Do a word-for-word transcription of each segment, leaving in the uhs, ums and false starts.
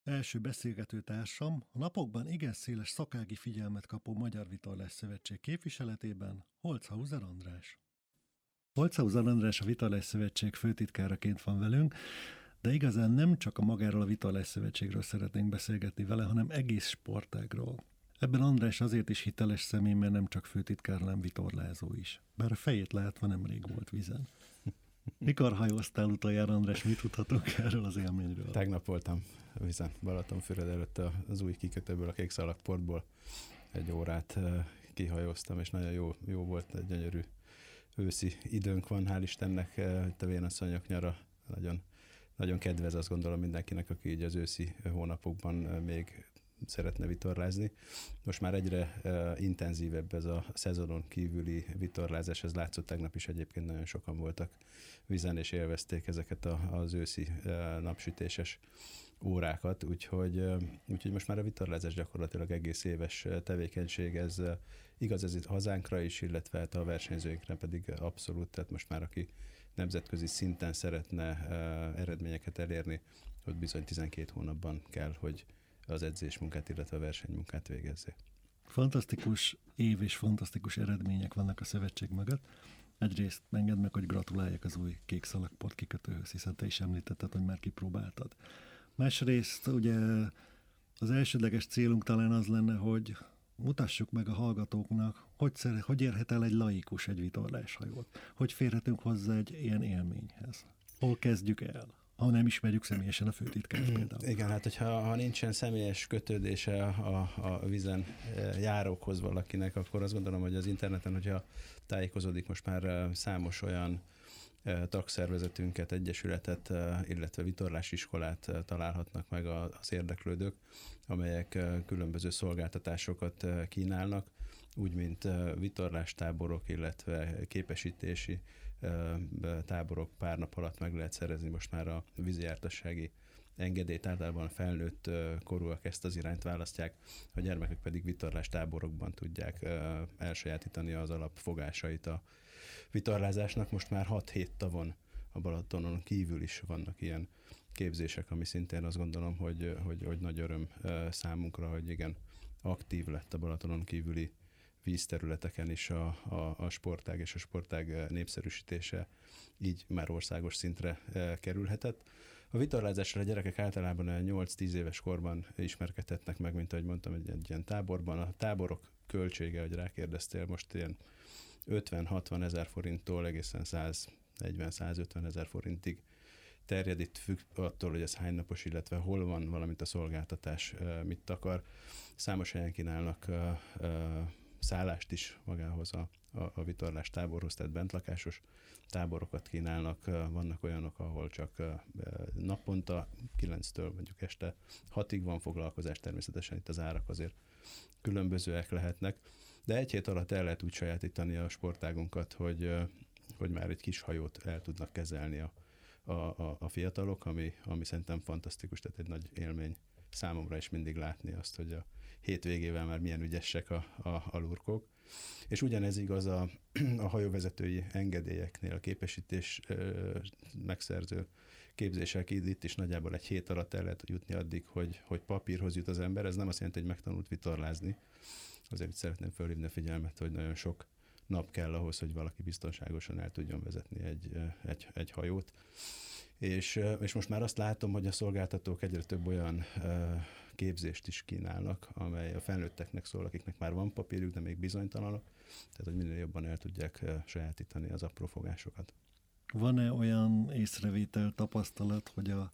Első beszélgető társam a napokban igen széles szakági figyelmet kapó Magyar Vitorlás Szövetség képviseletében Holzhauser András. Holzhauser András a Vitorlás Szövetség főtitkáraként van velünk, de igazán nem csak a magáról a Vitorlás Szövetségről szeretnénk beszélgetni vele, hanem egész sportágról. Ebben András azért is hiteles személy, mert nem csak főtitkár, hanem vitorlázó is. Bár a fejét látva nemrég volt vízen. Mikor hajóztál utoljára, András, mit tudhatunk erről az élményről? Tegnap voltam vízen, Balatonfüred előtt az új kikötőből, a Kékszalagportból egy órát kihajóztam, és nagyon jó, jó volt, egy gyönyörű őszi időnk van, hál' Istennek, itt a vénasszonyok nyara nagyon, nagyon kedvez, azt gondolom mindenkinek, aki így az őszi hónapokban még szeretne vitorlázni. Most már egyre uh, intenzívebb ez a szezonon kívüli vitorlázás, ez látszott tegnap is, egyébként nagyon sokan voltak vízen, és élvezték ezeket a, az őszi uh, napsütéses órákat, úgyhogy, uh, úgyhogy most már a vitorlázás gyakorlatilag egész éves tevékenység, ez uh, igaz ez itt hazánkra is, illetve hát a versenyzőinkre pedig abszolút, tehát most már aki nemzetközi szinten szeretne uh, eredményeket elérni, ott bizony tizenkét hónapban kell, hogy az edzésmunkát, illetve a versenymunkát végezzék. Fantasztikus év és fantasztikus eredmények vannak a szövetség mögött. Egyrészt engedd meg, hogy gratuláljak az új Kékszalagport kikötőhöz, hiszen te is említetted, hogy már kipróbáltad. Másrészt ugye az elsődleges célunk talán az lenne, hogy mutassuk meg a hallgatóknak, hogy, szeret, hogy érhet el egy laikus egy vitorláshajót, hogy férhetünk hozzá egy ilyen élményhez. Hol kezdjük el? Ha nem ismerjük személyesen a főtitkárt például. Igen, hát hogyha ha nincsen személyes kötődése a, a vízen járókhoz valakinek, akkor azt gondolom, hogy az interneten, hogyha tájékozódik, most már számos olyan tagszervezetünket, egyesületet, illetve vitorlásiskolát találhatnak meg az érdeklődők, amelyek különböző szolgáltatásokat kínálnak, úgy, mint vitorlástáborok, illetve képesítési táborok pár nap alatt meg lehet szerezni most már a vízijártassági engedélyt, általában a felnőtt korúak ezt az irányt választják, a gyermekek pedig vitorlás táborokban tudják elsajátítani az alapfogásait a vitorlázásnak. Most már hat-hét tavon a Balatonon kívül is vannak ilyen képzések, ami szintén azt gondolom, hogy, hogy, hogy nagy öröm számunkra, hogy igen, aktív lett a Balatonon kívüli vízterületeken is a, a, a sportág és a sportág népszerűsítése így már országos szintre e, kerülhetett. A vitorlázásra a gyerekek általában a nyolc-tíz éves korban ismerkedhetnek meg, mint ahogy mondtam, egy, egy ilyen táborban. A táborok költsége, hogy rákérdeztél, most ilyen ötven-hatvan ezer forinttól egészen száznegyven-százötven ezer forintig terjed, itt függ attól, hogy ez hány napos, illetve hol van, valamint a szolgáltatás e, mit akar. Számos helyen kínálnak e, e, szállást is magához a, a, a vitorlás táborhoz, tehát bentlakásos táborokat kínálnak, vannak olyanok, ahol csak naponta kilenctől mondjuk este hatig van foglalkozás, természetesen itt az árak azért különbözőek lehetnek, de egy hét alatt el lehet úgy sajátítani a sportágunkat, hogy, hogy már egy kis hajót el tudnak kezelni a, a, a fiatalok, ami, ami szerintem fantasztikus, tehát egy nagy élmény számomra is mindig látni azt, hogy a hétvégével már milyen ügyesek a, a, a lurkok. És ugyanez igaz a, a hajóvezetői engedélyeknél, a képesítés ö, megszerző képzések, itt is nagyjából egy hét alatt el lehet jutni addig, hogy, hogy papírhoz jut az ember. Ez nem azt jelenti, hogy megtanult vitorlázni. Azért itt szeretném fölhívni a figyelmet, hogy nagyon sok nap kell ahhoz, hogy valaki biztonságosan el tudjon vezetni egy, egy, egy hajót. És, és most már azt látom, hogy a szolgáltatók egyre több olyan képzést is kínálnak, amely a felnőtteknek szól, akiknek már van papírjuk, de még bizonytalanok, tehát hogy minél jobban el tudják sajátítani az apró fogásokat. Van-e olyan észrevétel, tapasztalat, hogy a,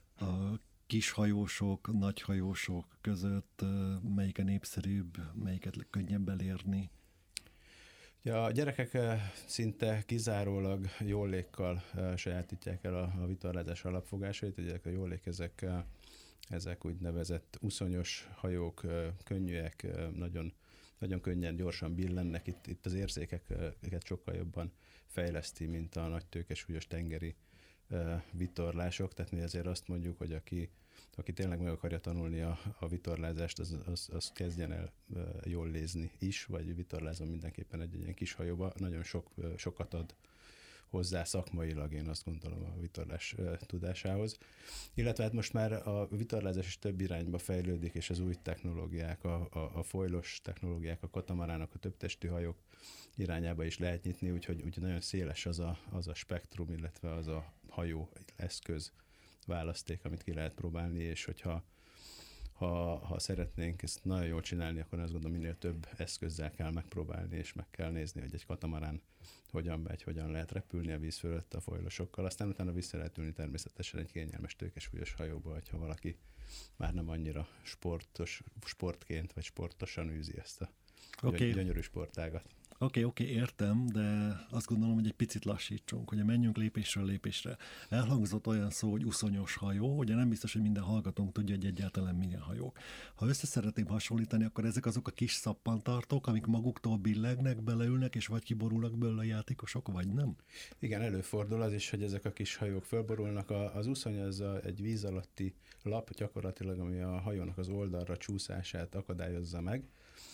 a kishajósok, nagyhajósok között melyik a népszerűbb, melyiket könnyebb elérni? Ja, a gyerekek szinte kizárólag jóllékkal sajátítják el a, a vitorlázás alapfogásait. Ugye a jóllék ezek, ezek úgynevezett uszonyos hajók, könnyűek, nagyon, nagyon könnyen, gyorsan billennek. Itt, itt az érzékeket sokkal jobban fejleszti, mint a nagy tőkesúlyos tengeri vitorlások. Tehát mi azért azt mondjuk, hogy aki, aki tényleg meg akarja tanulni a, a vitorlázást, az, az, az kezdjen el jól lézni is, vagy vitorlázom mindenképpen egy, egy ilyen kis hajóba. Nagyon sok, sokat ad hozzá szakmailag, én azt gondolom, a vitorlás tudásához. Illetve hát most már a vitorlázás is több irányba fejlődik, és az új technológiák, a, a, a folylos technológiák, a katamarának, a többtestű hajók irányába is lehet nyitni, úgyhogy, úgyhogy nagyon széles az a, az a spektrum, illetve az a hajó eszköz választék, amit ki lehet próbálni, és hogyha ha, ha szeretnénk ezt nagyon jól csinálni, akkor azt gondolom, minél több eszközzel kell megpróbálni, és meg kell nézni, hogy egy katamarán hogyan megy, hogyan lehet repülni a víz fölött a folylosokkal. Aztán utána vissza lehet ülni természetesen egy kényelmes tőkesúlyos hajóba, hogyha valaki már nem annyira sportos, sportként vagy sportosan űzi ezt a okay. gyönyörű sportágat. Oké, okay, oké, okay, értem, de azt gondolom, hogy egy picit lassítsunk, hogy menjünk lépésről lépésre. Elhangzott olyan szó, hogy uszonyos hajó, ugye nem biztos, hogy minden hallgatónk tudja, hogy egyáltalán milyen hajók. Ha össze szeretném hasonlítani, akkor ezek azok a kis szappantartók, amik maguktól billegnek, beleülnek, és vagy kiborulnak belőle a játékosok, vagy nem? Igen, előfordul az is, hogy ezek a kis hajók fölborulnak. Az uszony az a, egy víz alatti lap gyakorlatilag, ami a hajónak az oldalra csúszását akadályozza meg,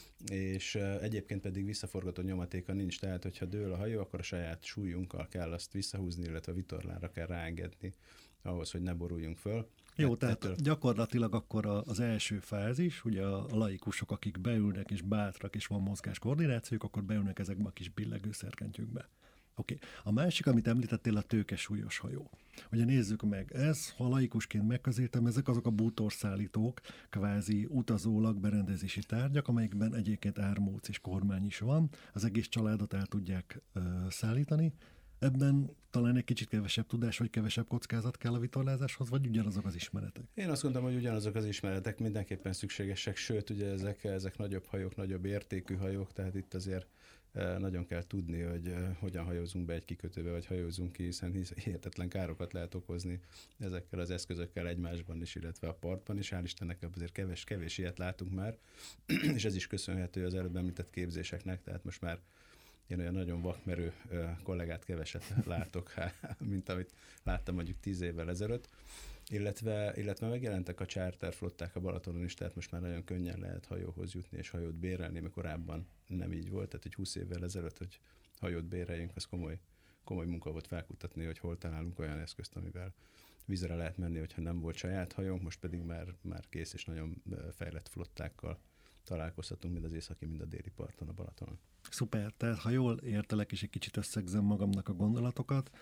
és egyébként pedig visszaforgató nyomatéka nincs, tehát hogyha dől a hajó, akkor a saját súlyunkkal kell azt visszahúzni, illetve a vitorlára kell ráengedni ahhoz, hogy ne boruljunk föl. Jó, tehát ettől... gyakorlatilag akkor az első fázis, ugye a laikusok, akik beülnek és bátrak, és van mozgás koordinációk, akkor beülnek ezekbe a kis billegő szerkentyűkbe. Oké. Okay. A másik, amit említettél, a tőkesúlyos hajó. Ugye nézzük meg, ez, ha laikusként megközelítem, ezek azok a bútorszállítók, kvázi utazólag berendezési tárgyak, amelyekben egyébként ármóc és kormány is van, az egész családot el tudják ö, szállítani. Ebben talán egy kicsit kevesebb tudás, vagy kevesebb kockázat kell a vitorlázáshoz, vagy ugyanazok az ismeretek? Én azt gondolom, hogy ugyanazok az ismeretek mindenképpen szükségesek, sőt, ugye ezek, ezek nagyobb hajók, nagyobb értékű hajók, tehát itt azért nagyon kell tudni, hogy hogyan hajózunk be egy kikötőbe, vagy hajózunk ki, hiszen hihetetlen károkat lehet okozni ezekkel az eszközökkel egymásban is, illetve a partban is. Hál' Istennek azért kevés, kevés ilyet látunk már, és ez is köszönhető az előbb említett képzéseknek, tehát most már én olyan nagyon vakmerő kollégát keveset látok, mint amit láttam mondjuk tíz évvel ezelőtt. Illetve, illetve megjelentek a charterflották a Balatonon is, tehát most már nagyon könnyen lehet hajóhoz jutni és hajót bérelni, mert korábban nem így volt, tehát egy húsz évvel ezelőtt, hogy hajót béreljünk, az komoly, komoly munka volt felkutatni, hogy hol találunk olyan eszközt, amivel vízre lehet menni, hogyha nem volt saját hajónk, most pedig már, már kész és nagyon fejlett flottákkal találkozhatunk, mind az északi, mind a déli parton a Balatonon. Szuper, tehát ha jól értelek és egy kicsit összegzem magamnak a gondolatokat,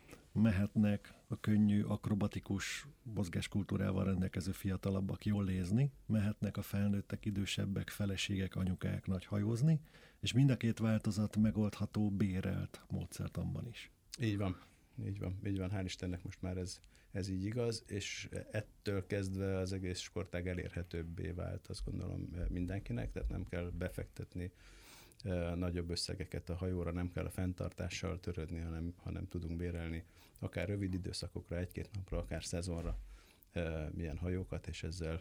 mehetnek a könnyű, akrobatikus mozgáskultúrával rendelkező fiatalabbak jól lézni, mehetnek a felnőttek, idősebbek, feleségek, anyukák nagy hajózni, és mind a két változat megoldható bérelt módszertanban is. Így van, így van, így van, hál' Istennek most már ez, ez így igaz, és ettől kezdve az egész sportág elérhetőbbé vált, azt gondolom mindenkinek, tehát nem kell befektetni nagyobb összegeket a hajóra, nem kell a fenntartással törődni, hanem, hanem tudunk bérelni akár rövid időszakokra, egy-két napra, akár szezonra e, milyen hajókat, és ezzel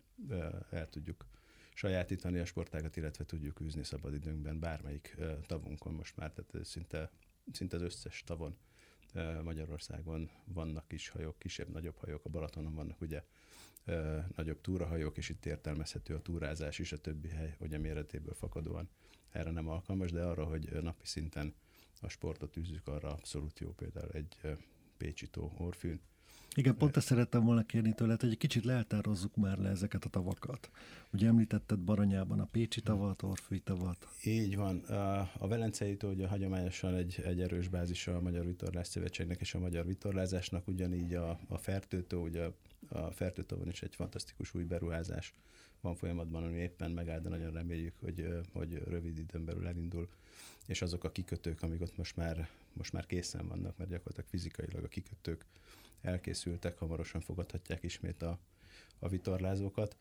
e, el tudjuk sajátítani a sportágat, illetve tudjuk űzni szabadidőnkben bármelyik e, tavunkon most már, tehát szinte, szinte az összes tavon e, Magyarországon vannak kis hajók, kisebb, nagyobb hajók, a Balatonon vannak ugye e, nagyobb túrahajók, és itt értelmezhető a túrázás is, a többi hely, ugye méretéből fakadóan erre nem alkalmas, de arra, hogy napi szinten a sportot űzzük, arra abszolút jó, például egy pécsi tó Orfűn. Igen, pont ezt szerettem volna kérni tőled, hogy egy kicsit leltározzuk már le ezeket a tavakat. Ugye említetted Baranyában a pécsi tavat, Orfűi tavat. Így van. A Velencei tó ugye hagyományosan egy, egy erős bázisa a Magyar Vitorlás Szövetségnek és a magyar vitorlázásnak, ugyanígy a, a Fertőtó, ugye a Fertőtóban is egy fantasztikus új beruházás van folyamatban, ami éppen megáll, de nagyon reméljük, hogy, hogy rövid időn belül elindul, és azok a kikötők, amik ott most már, most már készen vannak, mert gyakorlatilag fizikailag a kikötők elkészültek, hamarosan fogadhatják ismét a, a vitorlázókat.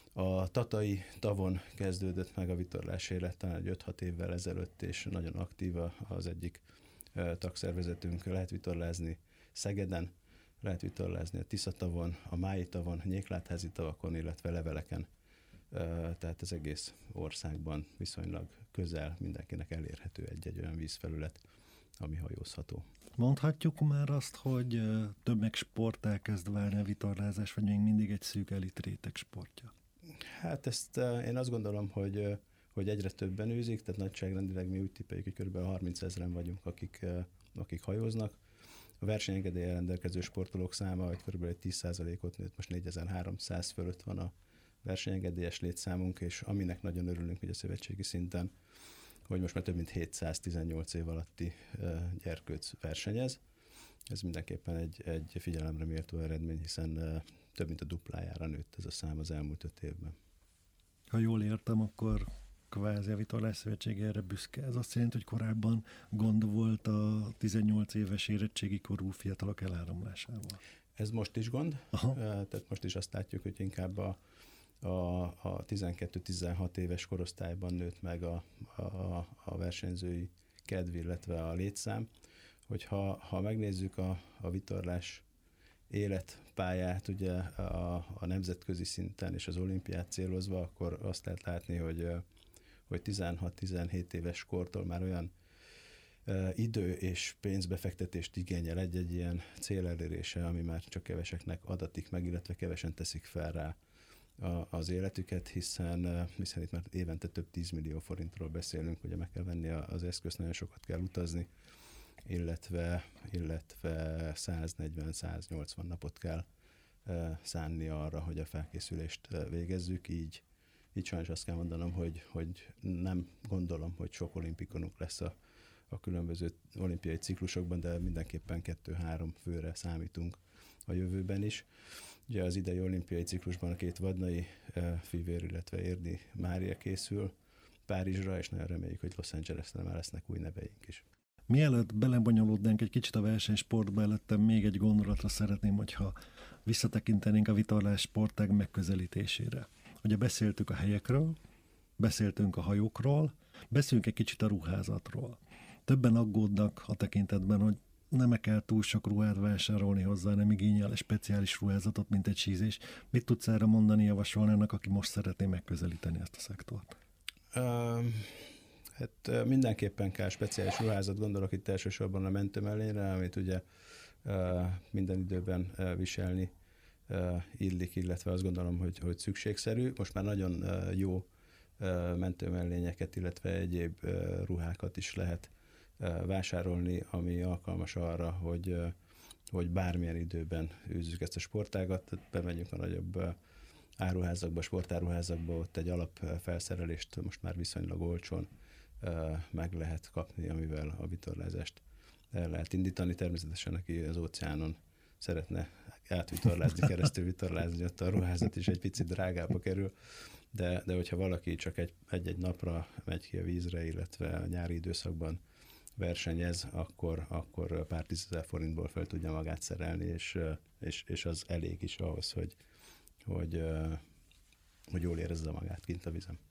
A tatai tavon kezdődött meg a vitorlás élet, talán egy öt-hat évvel ezelőtt, és nagyon aktív az egyik tagszervezetünk, lehet vitorlázni Szegeden, lehet vitorlázni a Tisza-tavon, a Mályi tavon, a Nyéklátházi tavakon, illetve Leveleken. Tehát az egész országban viszonylag közel mindenkinek elérhető egy-egy olyan vízfelület, ami hajózható. Mondhatjuk már azt, hogy tömegsport elkezd válni a vitorlázás, vagy még mindig egy szűk elit réteg sportja? Hát ezt én azt gondolom, hogy, hogy egyre többen űzik, tehát nagyságrendileg mi úgy tippeljük, hogy kb. harminc ezren vagyunk, akik, akik hajóznak. A versenyengedéllyel rendelkező sportolók száma, hogy körülbelül tíz százalékot nőtt, most négyezer-háromszáz fölött van a versenyengedélyes létszámunk, és aminek nagyon örülünk, hogy a szövetségi szinten, hogy most már több mint hétszáztizennyolc év alatti gyerkőc versenyez. Ez mindenképpen egy, egy figyelemre méltó eredmény, hiszen több mint a duplájára nőtt ez a szám az elmúlt öt évben. Ha jól értem, akkor kvázi a Vitorlás Szövetség erre büszke. Ez azt jelenti, hogy korábban gond volt a tizennyolc éves érettségi korú fiatalok eláramlásával. Ez most is gond. Aha. Tehát most is azt látjuk, hogy inkább a, a, a tizenkettő-tizenhat éves korosztályban nőtt meg a, a, a versenyzői kedv, illetve a létszám. Hogyha ha megnézzük a, a vitorlás életpályát ugye a, a nemzetközi szinten és az olimpiát célozva, akkor azt lehet látni, hogy, hogy tizenhat-tizenhét éves kortól már olyan uh, idő és pénzbefektetést igényel egy-egy ilyen cél elérése, ami már csak keveseknek adatik meg, illetve kevesen teszik fel rá a, az életüket, hiszen, hiszen itt már évente több tízmillió forintról beszélünk, ugye meg kell venni az eszközt, nagyon sokat kell utazni, illetve, illetve száznegyven-száznyolcvan napot kell uh, szánni arra, hogy a felkészülést uh, végezzük, így, így sajnos azt kell mondanom, hogy, hogy nem gondolom, hogy sok olimpikonunk lesz a, a különböző olimpiai ciklusokban, de mindenképpen kettő-három főre számítunk a jövőben is. Ugye az idei olimpiai ciklusban a két vadnai uh, fivér, illetve Érdi Mária készül Párizsra, és nagyon reméljük, hogy Los Angelesre már lesznek új neveink is. Mielőtt belebonyolódnánk egy kicsit a versenysportba, előttem még egy gondolatra szeretném, hogyha visszatekintenénk a vitorlás sportág megközelítésére. Ugye beszéltük a helyekről, beszéltünk a hajókról, beszéljünk egy kicsit a ruházatról. Többen aggódnak a tekintetben, hogy nem kell túl sok ruhát vásárolni hozzá, nem igényel egy speciális ruházatot, mint egy sízés. Mit tudsz erre mondani, javasolni annak, aki most szeretné megközelíteni ezt a szektort? Um... Hát mindenképpen kell speciális ruházat, gondolok itt elsősorban a mentőmellényre, amit ugye minden időben viselni illik, illetve azt gondolom, hogy, hogy szükségszerű. Most már nagyon jó mentőmellényeket, illetve egyéb ruhákat is lehet vásárolni, ami alkalmas arra, hogy, hogy bármilyen időben űzzük ezt a sportágat. Bemegyünk a nagyobb áruházakba, sportáruházakba, ott egy alapfelszerelést most már viszonylag olcsón meg lehet kapni, amivel a vitorlázást el lehet indítani. Természetesen, aki az óceánon szeretne átvitorlázni, keresztül vitorlázni, ott a ruházat is egy picit drágába kerül, de, de hogyha valaki csak egy, egy-egy napra megy ki a vízre, illetve a nyári időszakban versenyez, akkor, akkor pár tízezer forintból fel tudja magát szerelni, és, és, és az elég is ahhoz, hogy, hogy, hogy jól érezze magát kint a vízen.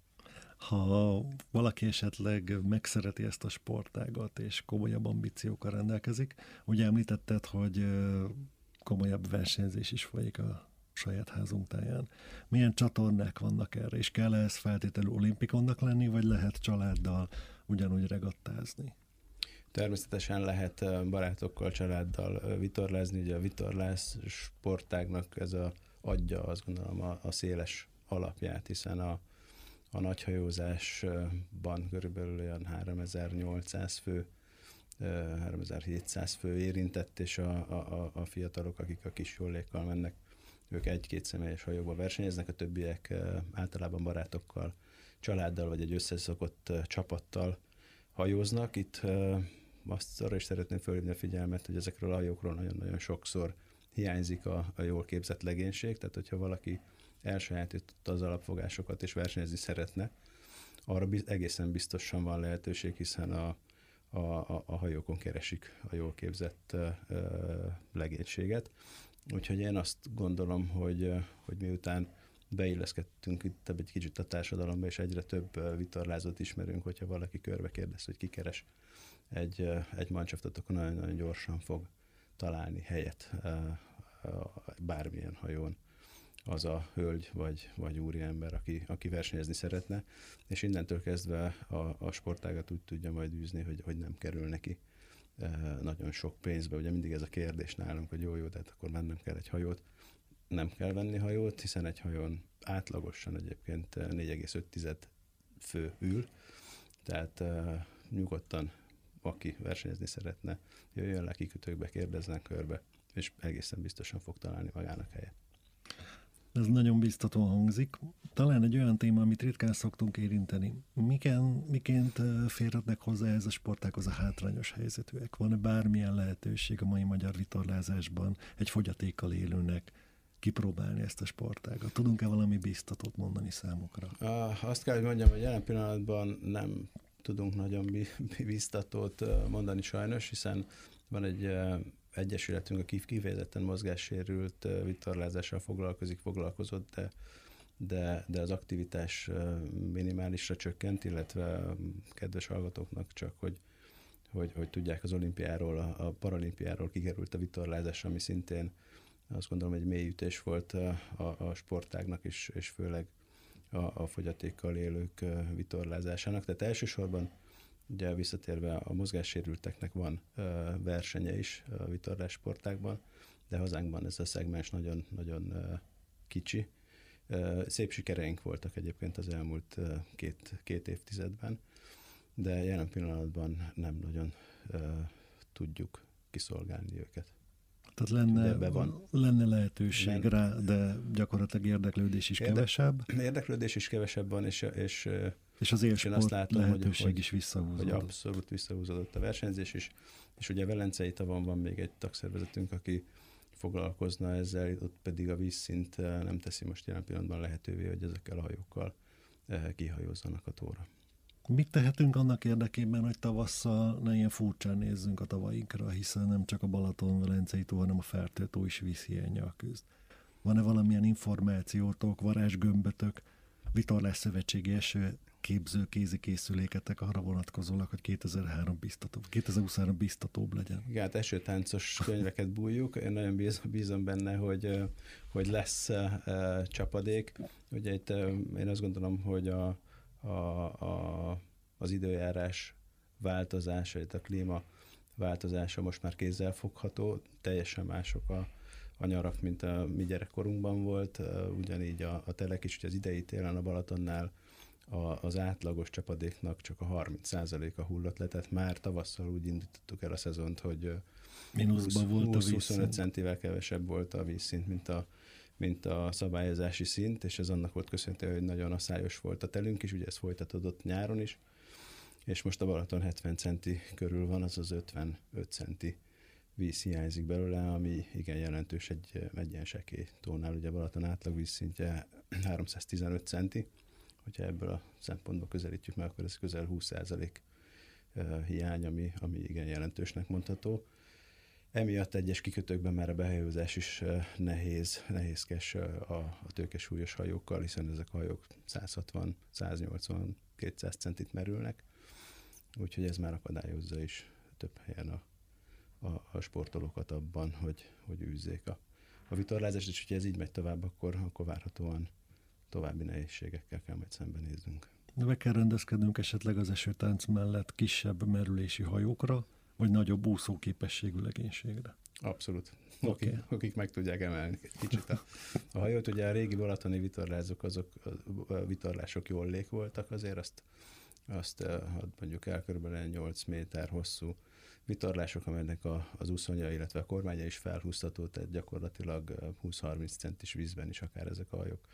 Ha valaki esetleg megszereti ezt a sportágat, és komolyabb ambíciókkal rendelkezik, ugye említetted, hogy komolyabb versenyzés is folyik a saját házunk táján. Milyen csatornák vannak erre, és kell ez feltétlenül olimpikonnak lenni, vagy lehet családdal ugyanúgy regattázni? Természetesen lehet barátokkal, családdal vitorlázni, ugye a vitorlás sportágnak ez a adja, azt gondolom, a, a széles alapját, hiszen a A nagyhajózásban körülbelül olyan háromezer-nyolcszáz fő, háromezer-hétszáz fő érintett, és a, a, a fiatalok, akik a kis jollékkal mennek, ők egy-két személyes hajóba versenyeznek, a többiek általában barátokkal, családdal vagy egy összeszokott csapattal hajóznak. Itt azt arra is szeretném fölhívni a figyelmet, hogy ezekről a hajókról nagyon-nagyon sokszor hiányzik a, a jól képzett legénység, tehát hogyha valaki elsajátította az alapfogásokat és versenyezni szeretne, arra egészen biztosan van lehetőség, hiszen a, a, a hajókon keresik a jól képzett uh, legénységet. Úgyhogy én azt gondolom, hogy, hogy miután beilleszkedtünk itt egy kicsit a társadalomba, és egyre több vitorlázót ismerünk, hogyha valaki körbe kérdez, hogy ki keres egy, egy mancsaftot, akkor nagyon-nagyon gyorsan fog találni helyet bármilyen hajón az a hölgy vagy, vagy úriember, aki, aki versenyezni szeretne, és innentől kezdve a, a sportágat úgy tudja majd űzni, hogy, hogy nem kerül neki e, nagyon sok pénzbe. Ugye mindig ez a kérdés nálunk, hogy jó, jó, de hát akkor mennem kell egy hajót. Nem kell venni hajót, hiszen egy hajón átlagosan egyébként négy egész öt fő ül, tehát e, nyugodtan aki versenyezni szeretne, jöjjön le kikötőkbe, kérdezzen körbe, és egészen biztosan fog találni magának helyet. Ez nagyon biztatóan hangzik. Talán egy olyan téma, amit ritkán szoktunk érinteni. Miken, miként férhetnek hozzá ez a sportághoz a hátrányos helyzetűek? Van-e bármilyen lehetőség a mai magyar vitorlázásban egy fogyatékkal élőnek kipróbálni ezt a sportágat? Tudunk-e valami biztatót mondani számukra? Azt kell, hogy mondjam, hogy jelen pillanatban nem tudunk nagyon biztatót mondani sajnos, hiszen van egy egyesületünk, aki kifejezetten mozgássérült vitorlázással foglalkozik, foglalkozott, de, de, de az aktivitás minimálisra csökkent, illetve kedves hallgatóknak csak, hogy, hogy, hogy tudják, az olimpiáról, a, a paralimpiáról kikerült a vitorlázás, ami szintén azt gondolom egy mély ütés volt a, a, a sportágnak, és, és főleg a, a fogyatékkal élők vitorlázásának. Tehát elsősorban ugye visszatérve a mozgássérülteknek van uh, versenye is a vitorlás sportágban, de hazánkban ez a szegmens nagyon, nagyon uh, kicsi. Uh, szép sikereink voltak egyébként az elmúlt uh, két, két évtizedben, de jelen pillanatban nem nagyon uh, tudjuk kiszolgálni őket. Tehát lenne, lenne lehetőség lenne. rá, de gyakorlatilag érdeklődés is Érde, kevesebb. Érdeklődés is kevesebb van, és, és És az élsport látom, lehetőség hogy, is visszahúzódott. Hogy abszolút visszahúzódott a versenyzés is, és ugye Velencei tavon van még egy tagszervezetünk, aki foglalkozna ezzel, ott pedig a vízszint nem teszi most jelen pillanatban lehetővé, hogy ezekkel a hajókkal kihajózzanak a tóra. Mit tehetünk annak érdekében, hogy tavasszal ne ilyen furcsán nézzünk a tavainkra, hiszen nem csak a Balaton-Velencei tó, hanem a Fertő tó is vízhiánnyal küzd. Van-e valamilyen információtok, varázsgömbötök, vitorlás szövetségi eső képző kézikészüléketek arra vonatkozólag, hogy kétezer-három biztatóbb, kétezer-huszonhárom biztatóbb legyen? Igen, hát esőtáncos könyveket bújjuk. Én nagyon bízom, bízom benne, hogy, hogy lesz uh, csapadék. Ugye itt uh, én azt gondolom, hogy a, a, a, az időjárás változása, a klíma változása most már kézzelfogható, teljesen mások a, a nyarak, mint a mi gyerekkorunkban volt. Uh, ugyanígy a, a telek is, hogy az idei télen a Balatonnál A, az átlagos csapadéknak csak a harminc százaléka hullott le, tehát már tavasszal úgy indítottuk el a szezont, hogy húsz-huszonöt centivel kevesebb volt a vízszint, mint a, mint a szabályozási szint, és ez annak volt köszönhető, hogy nagyon aszályos volt a telünk is, ugye ez folytatódott nyáron is, és most a Balaton hetven centi körül van, azaz ötvenöt centi víz hiányzik belőle, ami igen jelentős egy, egy ilyen sekély tónál, ugye a Balaton átlag vízszintje háromszáztizenöt centi, hogyha ebből a szempontból közelítjük meg, akkor ez közel húsz százalék hiány, ami, ami igen jelentősnek mondható. Emiatt egyes kikötőkben már a behajózás is nehéz, nehézkes a, a tőkesúlyos hajókkal, hiszen ezek a hajók száz hatvan, száz nyolcvan, kétszáz centit merülnek, úgyhogy ez már akadályozza is több helyen a, a, a sportolókat abban, hogy, hogy űzzék a, a vitorlázást, és hogyha ez így megy tovább, akkor, akkor várhatóan további nehézségekkel kell majd szembenéznünk. Be kell rendezkednünk esetleg az esőtánc mellett kisebb merülési hajókra, vagy nagyobb úszóképességű legénységre? Abszolút. Okay. Akik, akik meg tudják emelni egy kicsit a, a hajót. Ugye a régi balatoni vitorlázók, azok a vitorlások jól lék voltak, azért azt, azt mondjuk el körülbelül nyolc méter hosszú vitorlások, amelynek a, az úszonya, illetve a kormánya is felhúzható, tehát gyakorlatilag húsz-harminc centis vízben is akár ezek a hajók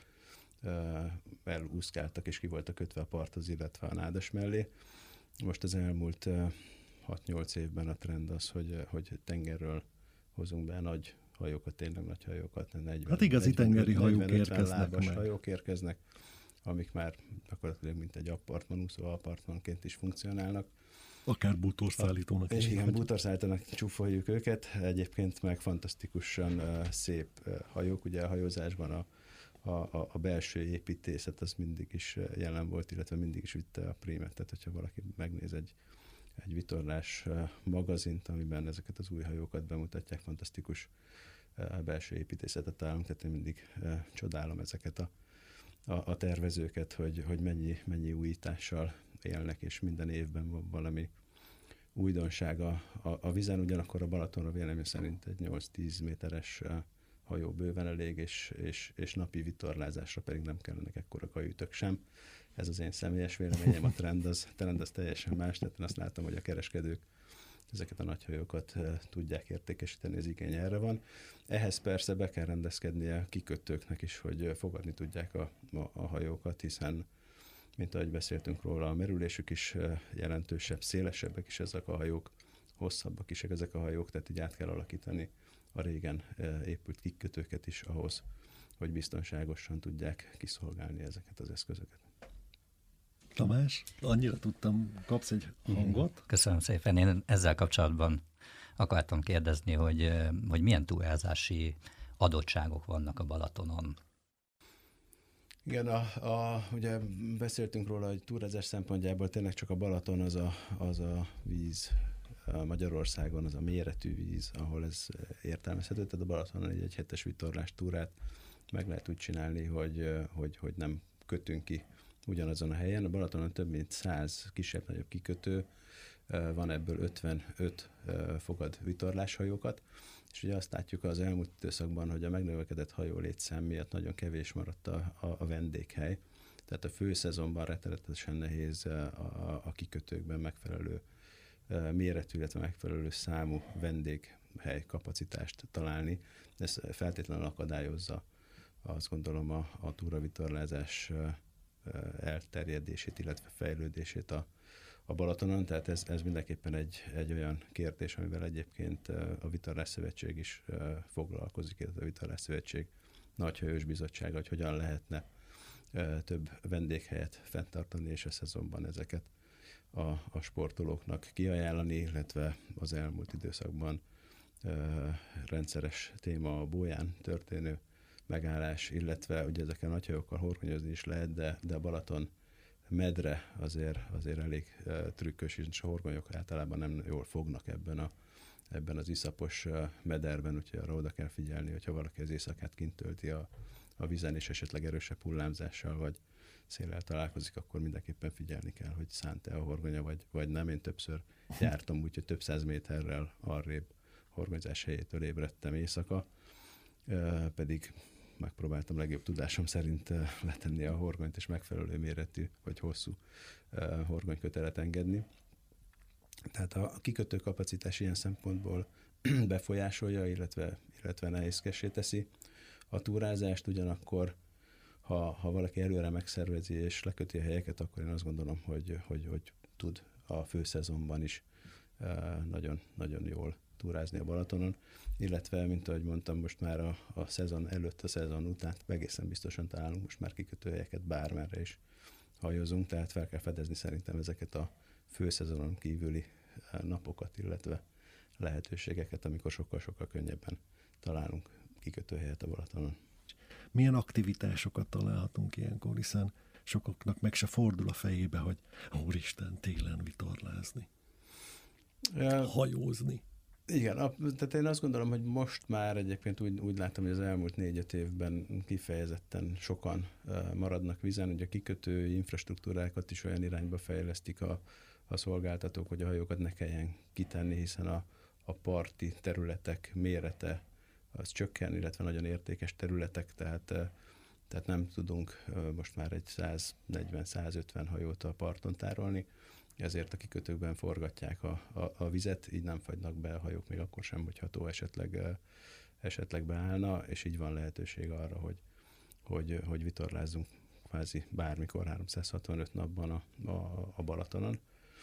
elúszkáltak, és ki voltak kötve a parthoz, illetve a nádas mellé. Most az elmúlt hat-nyolc évben a trend az, hogy, hogy tengerről hozunk be nagy hajókat, tényleg nagy hajókat. negyven, hát igazi negyven, tengeri hajók érkeznek meg. hajók érkeznek, amik már gyakorlatilag mint egy apartman, úszó apartmanként is funkcionálnak. Akár bútorszállítónak is. Igen, bútorszállítónak csúfoljuk őket. Egyébként meg fantasztikusan uh, szép uh, hajók. Ugye a hajózásban a A, a, a belső építészet az mindig is jelen volt, illetve mindig is vitte a prímet. Tehát, hogyha valaki megnéz egy, egy vitorlás magazint, amiben ezeket az új hajókat bemutatják, fantasztikus belső építészetet találunk, tehát én mindig csodálom ezeket a, a, a tervezőket, hogy, hogy mennyi, mennyi újítással élnek, és minden évben van valami újdonság a, a, a vizen, ugyanakkor a Balatonra vélemény szerint egy nyolc-tíz méteres hajó bőven elég, és, és, és napi vitorlázásra pedig nem kellenek ekkora kajütök sem. Ez az én személyes véleményem, a trend az, trend az teljesen más, tehát én azt látom, hogy a kereskedők ezeket a nagyhajókat tudják értékesíteni, az igény erre van. Ehhez persze be kell rendezkednie a kikötőknek is, hogy fogadni tudják a, a, a hajókat, hiszen, mint ahogy beszéltünk róla, a merülésük is jelentősebb, szélesebbek is ezek a hajók, hosszabbak is ezek a hajók, tehát így át kell alakítani a régen épült kikötőket is ahhoz, hogy biztonságosan tudják kiszolgálni ezeket az eszközöket. Tamás, annyira tudtam, kapsz egy hangot. Köszönöm szépen. Én ezzel kapcsolatban akartam kérdezni, hogy, hogy milyen túrázási adottságok vannak a Balatonon. Igen, a, a, ugye beszéltünk róla, hogy túrázás szempontjából tényleg csak a Balaton az a, az a víz a Magyarországon, az a méretű víz, ahol ez értelmezhető. Tehát a Balatonon egy, egy hetes vitorlás túrát meg lehet úgy csinálni, hogy, hogy, hogy nem kötünk ki ugyanazon a helyen. A Balatonon több mint száz kisebb-nagyobb kikötő, van ebből ötvenöt fogad vitorláshajókat, és ugye azt látjuk az elmúlt időszakban, hogy a megnövekedett hajó létszám miatt nagyon kevés maradt a, a, a vendéghely. Tehát a főszezonban rettenetesen nehéz a, a, a kikötőkben megfelelő méretű, illetve megfelelő számú vendéghely kapacitást találni. Ez feltétlenül akadályozza, azt gondolom, a, a túravitorlázás elterjedését, illetve fejlődését a, a Balatonon, tehát ez, ez mindenképpen egy, egy olyan kérdés, amivel egyébként a Vitorlás Szövetség is foglalkozik, illetve a Vitorlás Szövetség Nagyhajós Bizottsága, hogy hogyan lehetne több vendéghelyet fenntartani, és a szezonban ezeket a, a sportolóknak kiajánlani, illetve az elmúlt időszakban rendszeres téma a Bóján történő megállás, illetve ugye ezekkel a nagyhajókkal horgonyozni is lehet, de, de a Balaton medre azért, azért elég uh, trükkös, és a horgonyok általában nem jól fognak ebben, a, ebben az iszapos uh, mederben, úgyhogy arra oda kell figyelni, hogyha valaki az éjszakát kint tölti a, a vízen, és esetleg erősebb hullámzással vagy széllel találkozik, akkor mindenképpen figyelni kell, hogy szánt-e a horgonya, vagy, vagy nem. Én többször jártam, úgyhogy több száz méterrel arrébb horgonyzás helyétől ébredtem éjszaka, uh, pedig megpróbáltam legjobb tudásom szerint letenni a horgonyt, és megfelelő méretű vagy hosszú horgonykötelet engedni. Tehát a kikötő kapacitás ilyen szempontból befolyásolja, illetve, illetve nehézkessé teszi a túrázást, ugyanakkor ha, ha valaki előre megszervezi és leköti a helyeket, akkor én azt gondolom, hogy, hogy, hogy tud a főszezonban is nagyon, nagyon jól túrázni a Balatonon, illetve, mint ahogy mondtam, most már a, a szezon előtt, a szezon után egészen biztosan találunk most már kikötőhelyeket, bármerre is hajózunk, tehát fel kell fedezni szerintem ezeket a főszezonon kívüli napokat, illetve lehetőségeket, amikor sokkal-sokkal könnyebben találunk kikötőhelyet a Balatonon. Milyen aktivitásokat találhatunk ilyenkor, hiszen sokaknak meg se fordul a fejébe, hogy úristen, télen vitorlázni, ja, hajózni. Igen, a, tehát én azt gondolom, hogy most már egyébként úgy, úgy látom, hogy az elmúlt négy-öt évben kifejezetten sokan uh, maradnak vízen, hogy a kikötő infrastruktúrákat is olyan irányba fejlesztik a, a szolgáltatók, hogy a hajókat ne kelljen kitenni, hiszen a, a parti területek mérete az csökken, illetve nagyon értékes területek, tehát, uh, tehát nem tudunk uh, most már egy száznegyven-százötven hajót a parton tárolni, ezért a kikötőkben forgatják a, a, a vizet, így nem fagynak be a hajók még akkor sem, hogyha tó esetleg, esetleg beállna, és így van lehetőség arra, hogy, hogy, hogy vitorlázzunk kvázi bármikor háromszázhatvanöt napban a, a, a Balatonon.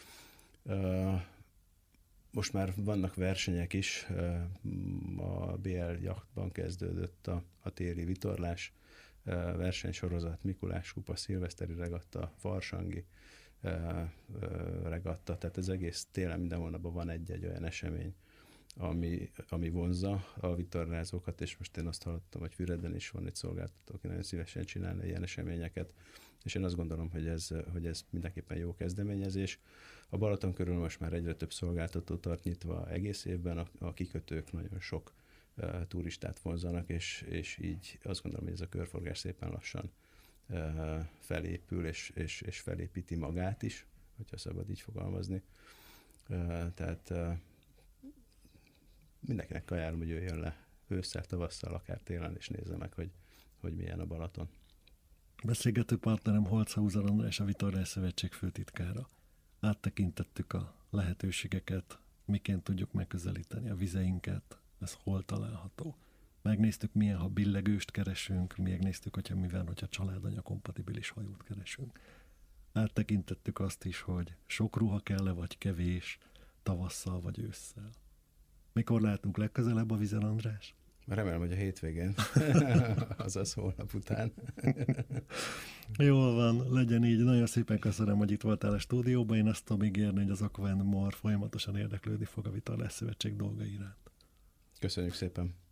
Most már vannak versenyek is, a bé el Yachtban kezdődött a, a téli vitorlás versenysorozat, Mikulás kupa, szilveszteri regatta, farsangi regatta, tehát az egész télen minden hónapban van egy-egy olyan esemény, ami, ami vonzza a vitorlázókat, és most én azt hallottam, hogy Füreden is van egy szolgáltató, aki nagyon szívesen csinálna ilyen eseményeket, és én azt gondolom, hogy ez, hogy ez mindenképpen jó kezdeményezés. A Balaton körül most már egyre több szolgáltató tart nyitva egész évben, a, a kikötők nagyon sok uh, turistát vonzanak, és, és így azt gondolom, hogy ez a körforgás szépen lassan felépül, és, és, és felépíti magát is, hogyha szabad így fogalmazni. Tehát mindenkinek ajánlom, hogy jöjjön le ősszel, tavasszal, akár télen, és nézze meg, hogy, hogy milyen a Balaton. Beszélgető partnerem Holchauser András, a Vitorlás Szövetség főtitkára. Áttekintettük a lehetőségeket, miként tudjuk megközelíteni a vizeinket, ez hol található. Megnéztük, milyen, ha billegőst keresünk, megnéztük, hogyha mivel, hogyha családanya kompatibilis hajót keresünk. Áttekintettük azt is, hogy sok ruha kell-e, vagy kevés, tavasszal vagy ősszel. Mikor látunk legközelebb a vízen, András? Remélem, hogy a hétvégén, azaz holnap után. Jól van, legyen így. Nagyon szépen köszönöm, hogy itt voltál a stúdióban. Én azt tudom ígérni, hogy az Aqua and More folyamatosan érdeklődni fog a Vitorlás Szövetség dolga iránt. Köszönjük szépen.